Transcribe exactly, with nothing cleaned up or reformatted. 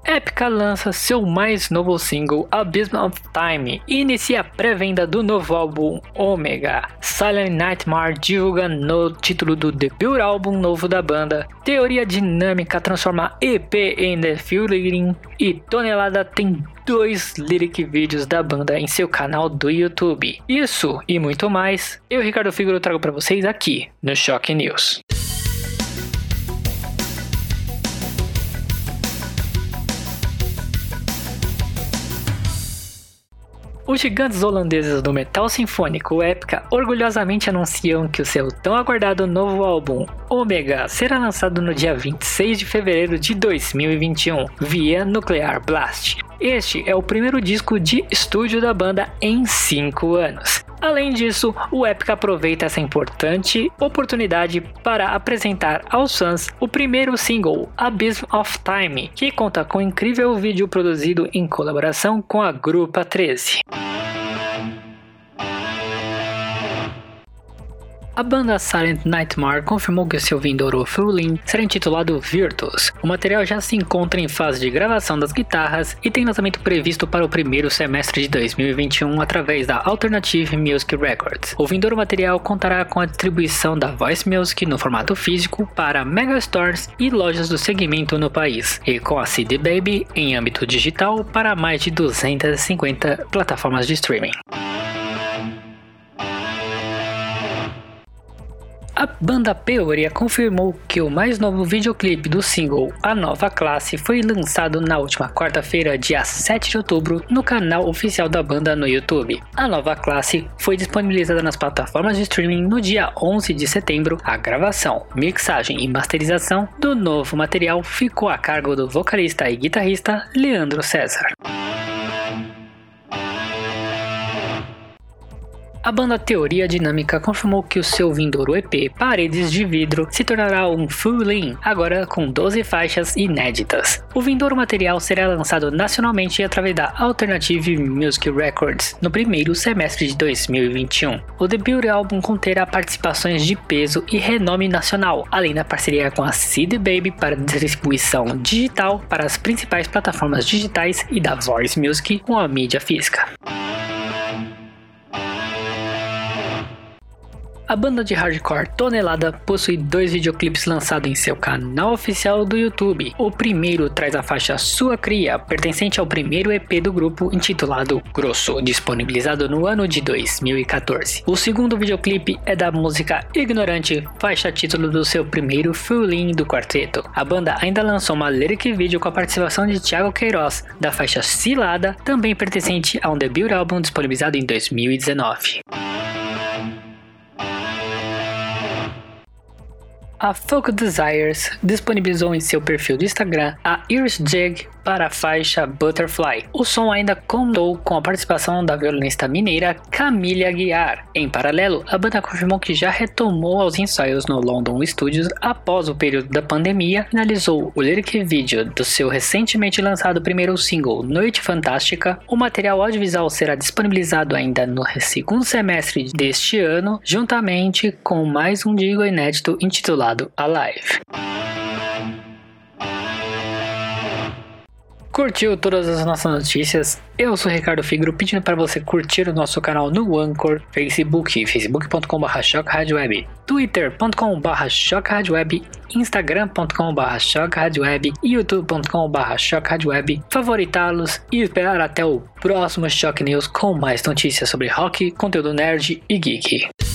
Epica lança seu mais novo single, Abyss of Time, e inicia a pré-venda do novo álbum Omega. Silent Nightmare divulga no título do debut álbum novo da banda. Teoria Dinâmica transforma E P em The Feeling e Tonelada tem dois lyric vídeos da banda em seu canal do YouTube. Isso e muito mais, eu, Ricardo Figaro, trago para vocês aqui no Choque News. Os gigantes holandeses do metal sinfônico Epica orgulhosamente anunciam que o seu tão aguardado novo álbum, Omega, será lançado no dia vinte e seis de fevereiro de dois mil e vinte e um, via Nuclear Blast. Este é o primeiro disco de estúdio da banda em cinco anos. Além disso, o Epica aproveita essa importante oportunidade para apresentar aos fãs o primeiro single, Abyss of Time, que conta com um incrível vídeo produzido em colaboração com a Grupa treze. A banda Silent Nightmare confirmou que seu vindouro Feeling será intitulado Virtus. O material já se encontra em fase de gravação das guitarras e tem lançamento previsto para o primeiro semestre de dois mil e vinte e um através da Alternative Music Records. O vindouro material contará com a distribuição da Voice Music no formato físico para megastores e lojas do segmento no país, e com a C D Baby em âmbito digital para mais de duzentas e cinquenta plataformas de streaming. A banda Peoria confirmou que o mais novo videoclipe do single A Nova Classe foi lançado na última quarta-feira, dia sete de outubro, no canal oficial da banda no YouTube. A Nova Classe foi disponibilizada nas plataformas de streaming no dia onze de setembro. A gravação, mixagem e masterização do novo material ficou a cargo do vocalista e guitarrista Leandro César. A banda Teoria Dinâmica confirmou que o seu vindouro E P Paredes de Vidro se tornará um full-length, agora com doze faixas inéditas. O vindouro material será lançado nacionalmente através da Alternative Music Records no primeiro semestre de dois mil e vinte e um. O debut álbum conterá participações de peso e renome nacional, além da parceria com a C D Baby para distribuição digital para as principais plataformas digitais e da Voice Music com a mídia física. A banda de hardcore Tonelada possui dois videoclipes lançados em seu canal oficial do YouTube. O primeiro traz a faixa Sua Cria, pertencente ao primeiro E P do grupo, intitulado Grosso, disponibilizado no ano de dois mil e quatorze. O segundo videoclipe é da música Ignorante, faixa título do seu primeiro full-length do quarteto. A banda ainda lançou uma lyric video com a participação de Thiago Queiroz, da faixa Cilada, também pertencente a um debut álbum disponibilizado em dois mil e dezenove. A Folk Desires disponibilizou em seu perfil do Instagram a Iris Jig para a faixa Butterfly. O som ainda contou com a participação da violinista mineira Camille Aguiar. Em paralelo, a banda confirmou que já retomou aos ensaios no London Studios após o período da pandemia, finalizou o lyric video do seu recentemente lançado primeiro single, Noite Fantástica. O material audiovisual será disponibilizado ainda no segundo semestre deste ano, juntamente com mais um jingle inédito intitulado Alive. Curtiu todas as nossas notícias? Eu sou Ricardo Figaro, pedindo para você curtir o nosso canal no Anchor, Facebook, facebook ponto com barra choque rádio web, twitter ponto com barra choque rádio web, instagram ponto com barra choque rádio web e youtube ponto com barra choque rádio web, favoritá-los e esperar até o próximo Choque News com mais notícias sobre rock, conteúdo nerd e geek.